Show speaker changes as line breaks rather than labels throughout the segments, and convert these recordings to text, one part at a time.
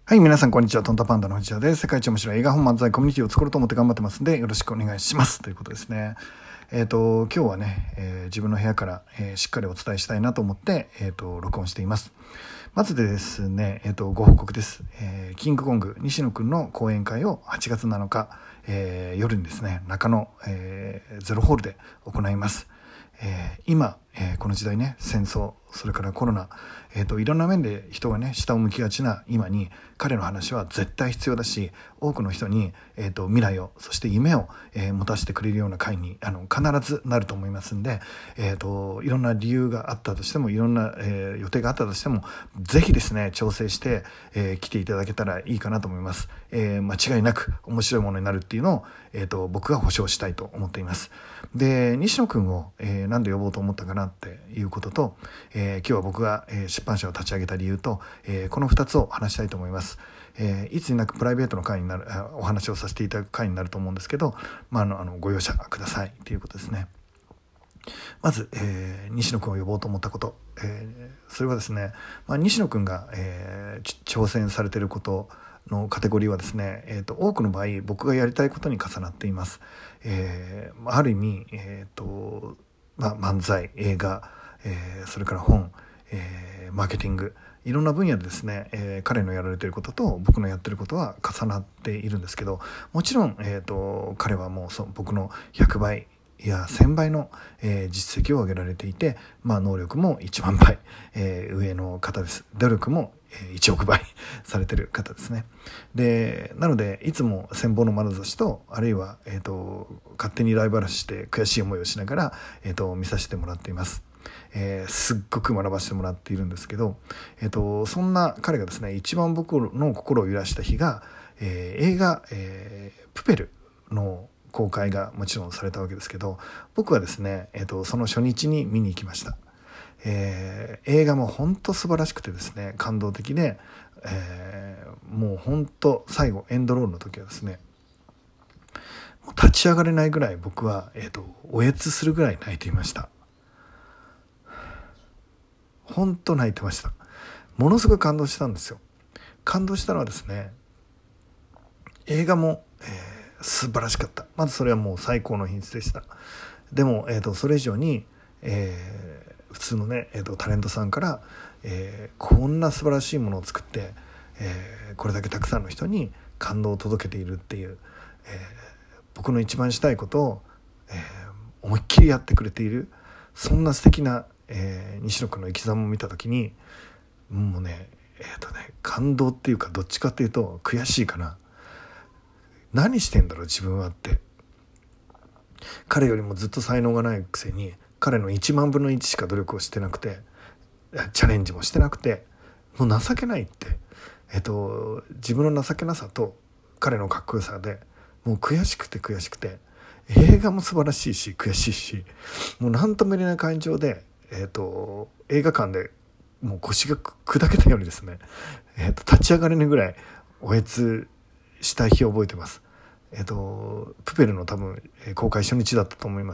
はい、皆さんこんにちは。トンタパンダの藤田です。世界一面白い映画本漫才コミュニティを作ろうと思って頑張ってますんで、よろしくお願いします。ということですね。今日はね、自分の部屋から、しっかりお伝えしたいなと思って、録音しています。まずでですね、ご報告です。キングコング西野くんの講演会を8月7日、夜にですね、中野、ゼロホールで行います。今、この時代ね、戦争、それからコロナ、いろんな面で人がね下を向きがちな今に彼の話は絶対必要だし、多くの人に、未来をそして夢を、持たせてくれるような会に必ずなると思いますんで、いろんな理由があったとしてもいろんな、予定があったとしてもぜひですね調整して、来ていただけたらいいかなと思います。間違いなく面白いものになるっていうのを、僕が保証したいと思っています。で、西野くんを、なんで呼ぼうと思ったかなっていうことと、今日は僕が、出版社を立ち上げた理由と、この2つを話したいと思います。いつになくプライベートの会になるお話をさせていただく会になると思うんですけど、ご容赦くださいということですね。まず、西野くんを呼ぼうと思ったこと、それはですね、西野くんが、挑戦されていることのカテゴリーはですね、多くの場合僕がやりたいことに重なっています。ある意味、漫才、映画、それから本、マーケティング、いろんな分野でですね、彼のやられていることと僕のやっていることは重なっているんですけど、もちろん、彼はもう僕の100倍いや1000倍の、実績を上げられていて、能力も1万倍、上の方です。努力も1億倍されてる方ですね。でなのでいつも羨望の眼差しと、あるいは、勝手にライバル視して悔しい思いをしながら、見させてもらっています。すっごく学ばせてもらっているんですけど、そんな彼がですね一番僕の心を揺らした日が、映画、プペルの公開がもちろんされたわけですけど、僕はですね、その初日に見に行きました。映画も本当素晴らしくてですね、感動的で、もう本当最後エンドロールの時はですね、もう立ち上がれないぐらい僕は、おえつするぐらい泣いていました。本当泣いてました。ものすごい感動したんですよ。感動したのはですね、映画も、素晴らしかった。まずそれはもう最高の品質でした。でも、それ以上に、普通のね、タレントさんから、こんな素晴らしいものを作って、これだけたくさんの人に感動を届けているっていう、僕の一番したいことを、思いっきりやってくれている、そんな素敵な、西野君の生き様を見た時にもうね、感動っていうかどっちかっていうと悔しいかな。何してんだろう自分はって。彼よりもずっと才能がないくせに彼の1万分の1しか努力をしてなくて、チャレンジもしてなくて、もう情けないって、自分の情けなさと彼のかっこよさでもう悔しくて、映画も素晴らしいし悔しいし、もう何とも言えない感情で、映画館でもう腰が砕けたようにですね、立ち上がれないぐらいおえつした日を覚えてます。プペルの多分公開初日だったと思います。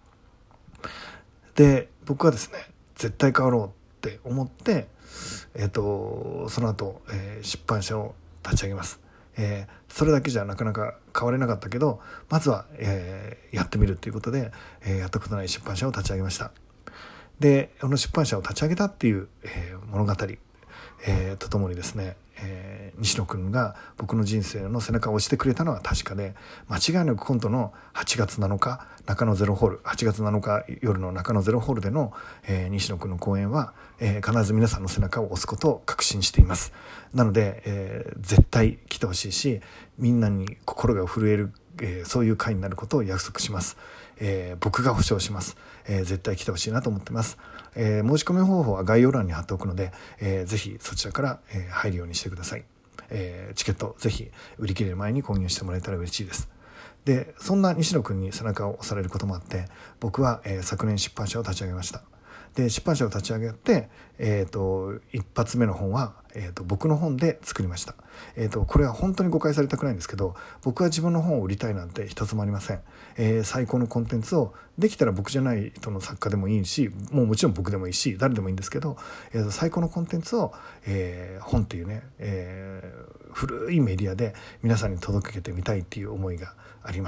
で僕はですね絶対変わろうって思って、その後、出版社を立ち上げます。それだけじゃなかなか変われなかったけど、まずは、やってみるっていうことで、やったことない出版社を立ち上げました。でこの出版社を立ち上げたっていう、物語、とともにですね、西野くんが僕の人生の背中を押してくれたのは確かで、間違いなく今度の8月7日中野ゼロホール、8月7日夜の中野ゼロホールでの、西野くんの講演は、必ず皆さんの背中を押すことを確信しています。なので、絶対来てほしいし、みんなに心が震える、そういう会になることを約束します。僕が保証します。絶対来てほしいなと思ってます。申し込み方法は概要欄に貼っておくので、ぜひそちらから、入るようにしてください。チケットぜひ売り切れる前に購入してもらえたら嬉しいです。でそんな西野くんに背中を押されることもあって、僕は、昨年出版社を立ち上げました。で出版社を立ち上げて、一発目の本は、僕の本で作りました。これは本当に誤解されたくないんですけど、僕は自分の本を売りたいなんて一つもありません。最高のコンテンツをできたら僕じゃない人の作家でもいいし、もちろん僕でもいいし誰でもいいんですけど、最高のコンテンツを、本っていうね、 古いメディアで皆さんに届けてみたいっていう思いがあります。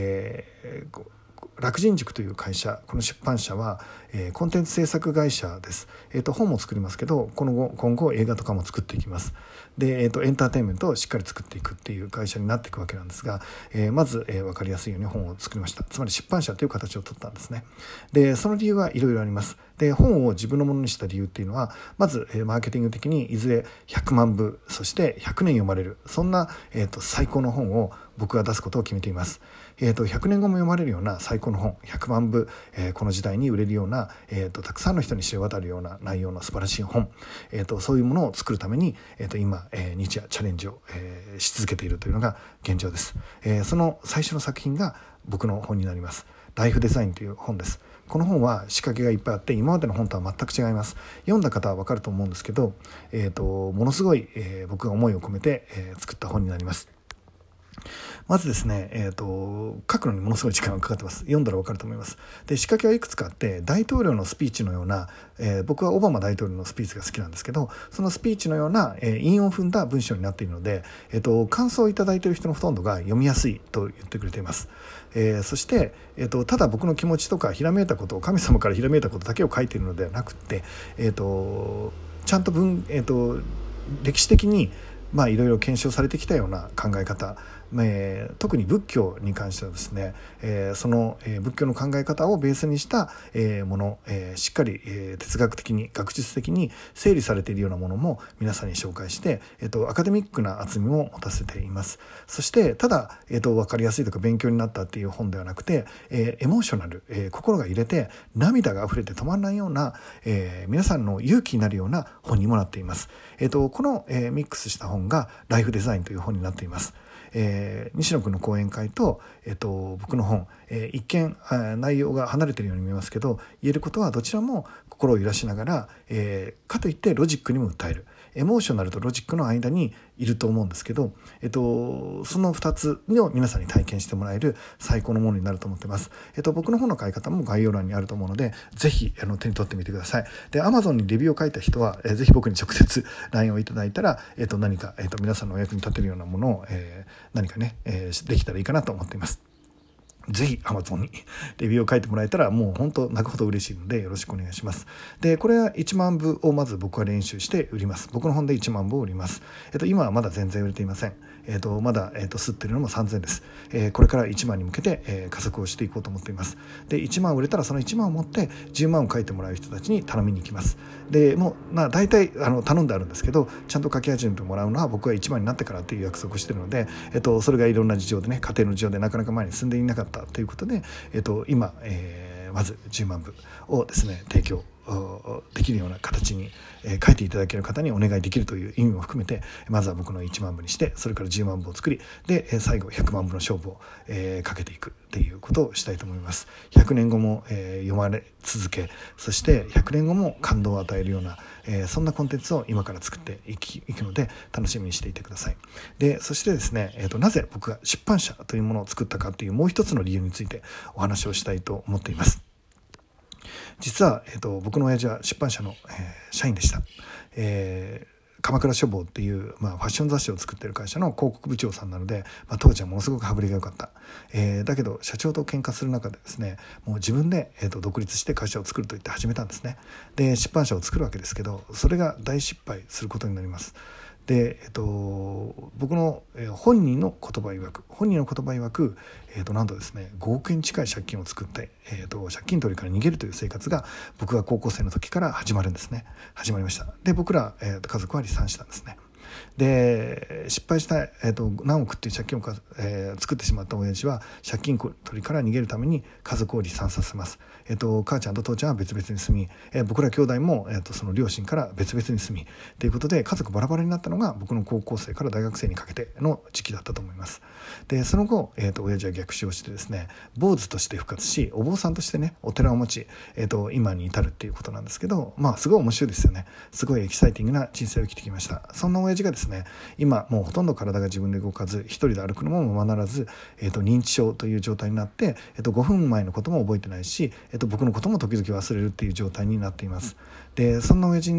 楽人塾という会社、この出版社は、コンテンツ制作会社です。本も作りますけど、今後映画とかも作っていきます。で、エンターテインメントをしっかり作っていくっていう会社になっていくわけなんですが、まず、分かりやすいように本を作りました。つまり出版社という形を取ったんですね。で、その理由はいろいろあります。で、本を自分のものにした理由っていうのは、まず、マーケティング的にいずれ100万部、そして100年読まれる、そんな、最高の本を僕が出すことを決めています。100年後も読まれるような最高の本、100万部、この時代に売れるような、たくさんの人に知れ渡るような内容の素晴らしい本、そういうものを作るために、今、日夜チャレンジを、し続けているというのが現状です。その最初の作品が僕の本になります。ライフデザインという本です。この本は仕掛けがいっぱいあって、今までの本とは全く違います。読んだ方は分かると思うんですけど、ものすごい、僕が思いを込めて、作った本になります。まずですね、書くのにものすごい時間がかかってます。読んだら分かると思います。で、仕掛けはいくつかあって、大統領のスピーチのような、僕はオバマ大統領のスピーチが好きなんですけど、そのスピーチのような、韻を踏んだ文章になっているので、感想をいただいている人のほとんどが読みやすいと言ってくれています。そして、ただ僕の気持ちとかひらめいたことを、神様からひらめいたことだけを書いているのではなくて、ちゃんと歴史的にいろいろ検証されてきたような考え方、特に仏教に関してはですね、その、仏教の考え方をベースにした、もの、しっかり、哲学的に学術的に整理されているようなものも皆さんに紹介して、アカデミックな厚みを持たせています。そしてただ、分かりやすいとか勉強になったっていう本ではなくて、エモーショナル、心が揺れて涙が溢れて止まらないような、皆さんの勇気になるような本にもなっています。この、ミックスした本がライフデザインという本になっています。西野君の講演会と、僕の本、一見内容が離れているように見えますけど、言えることはどちらも心を揺らしながら、かといってロジックにも訴える、エモーショナルとロジックの間にいると思うんですけど、その2つを皆さんに体験してもらえる最高のものになると思っています。僕の本の買い方も概要欄にあると思うので、ぜひ手に取ってみてください。で、Amazon にレビューを書いた人は、ぜひ僕に直接 LINE をいただいたら、何か、皆さんのお役に立てるようなものを、何かね、できたらいいかなと思っています。ぜひ Amazon にレビューを書いてもらえたらもう本当泣くほど嬉しいのでよろしくお願いします。で、これは1万部をまず僕は練習して売ります。僕の本で1万部を売ります。今はまだ全然売れていません。まだ、吸ってるのも3000です。これから1万に向けて、加速をしていこうと思っています。で、1万売れたらその1万を持って10万を書いてもらう人たちに頼みに行きます。で、もう大体頼んであるんですけど、ちゃんと書き始めてもらうのは僕は1万になってからっていう約束をしているので、それがいろんな事情でね、家庭の事情でなかなか前に進んでいなかったということで、今、まず10万部をですね提供できるような形に、書いていただける方にお願いできるという意味も含めて、まずは僕の1万部にして、それから10万部を作り、で最後100万部の勝負を、かけていくっていうことをしたいと思います。100年後も、読まれ続け、そして100年後も感動を与えるような、そんなコンテンツを今から作っていくので楽しみにしていてください。で、そしてですね、なぜ僕が出版社というものを作ったかというもう一つの理由についてお話をしたいと思っています。実は、僕の親父は出版社の、社員でした。鎌倉書房っていう、ファッション雑誌を作っている会社の広告部長さんなので、当時はものすごく羽振りが良かった。だけど社長と喧嘩する中でですね、もう自分で、独立して会社を作ると言って始めたんですね。で、出版社を作るわけですけど、それが大失敗することになります。で、僕の本人の言葉曰く、なんとですね5億円近い借金を作って、借金取りから逃げるという生活が僕が高校生の時から始まりました。で、僕ら、家族は離散したんですね。で、失敗した、何億っていう借金を作ってしまった親父は借金取りから逃げるために家族を離散させます。母ちゃんと父ちゃんは別々に住み、僕ら兄弟も、その両親から別々に住みということで、家族バラバラになったのが僕の高校生から大学生にかけての時期だったと思います。で、その後、親父は逆襲をしてですね、坊主として復活し、お坊さんとしてねお寺を持ち、今に至るっていうことなんですけど、すごい面白いですよね。すごいエキサイティングな人生を生きてきました。そんな親父がですね、今もうほとんど体が自分で動かず、一人で歩くのもままならず、認知症という状態になって、5分前のことも覚えてないし、僕のことも時々忘れるっていう状態になっています。で、そんな親父にね、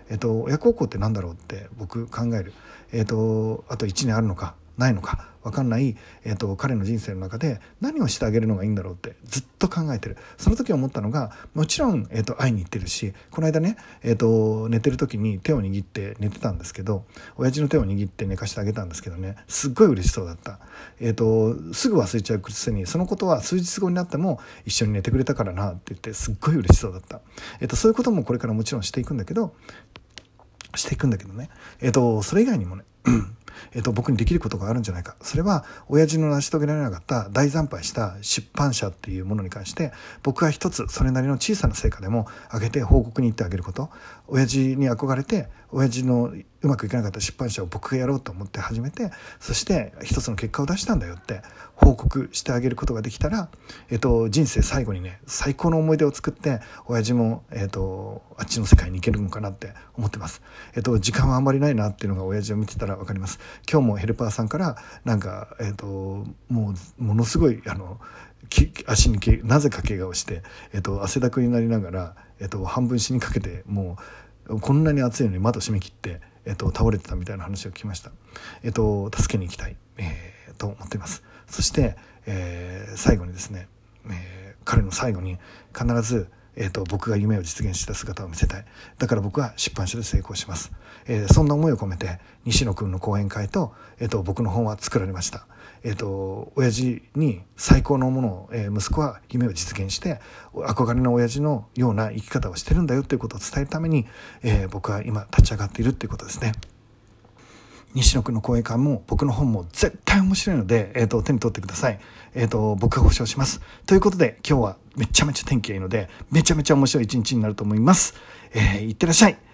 親孝行ってなんだろうって僕考える。あと1年あるのかないのか分かんない、彼の人生の中で何をしてあげるのがいいんだろうってずっと考えてる。その時思ったのが、もちろん、会いに行ってるし、この間ね、寝てる時に手を握って寝てたんですけど、親父の手を握って寝かしてあげたんですけどね、すっごい嬉しそうだった。すぐ忘れちゃうくせに、そのことは数日後になっても一緒に寝てくれたからなって言ってすっごい嬉しそうだった。そういうこともこれからもちろんしていくんだけどね、それ以外にもね僕にできることがあるんじゃないか。それは親父の成し遂げられなかった大惨敗した出版社っていうものに関して僕が一つそれなりの小さな成果でも上げて報告に行ってあげること。親父に憧れて親父のうまくいかなかった出版社を僕がやろうと思って始めて、そして一つの結果を出したんだよって報告してあげることができたら、人生最後にね最高の思い出を作って親父も、あっちの世界に行けるのかなって思ってます。時間はあんまりないなっていうのが親父を見てたら分かります。今日もヘルパーさんからなんか、ものすごい足になぜか怪我をして、汗だくになりながら、半分死にかけて、もうこんなに暑いのに窓閉め切って、倒れてたみたいな話を聞きました。助けに行きたい、と思っています。そして、最後にですね、彼の最後に必ず僕が夢を実現した姿を見せたい。だから僕は出版社で成功します。そんな思いを込めて西野くんの講演会と、僕の本は作られました。親父に最高のものを、息子は夢を実現して憧れの親父のような生き方をしてるんだよということを伝えるために、僕は今立ち上がっているということですね。西野くんの講演会も僕の本も絶対面白いので、手に取ってください。僕が保証します。ということで今日はめちゃめちゃ天気がいいのでめちゃめちゃ面白い一日になると思います。いってらっしゃい。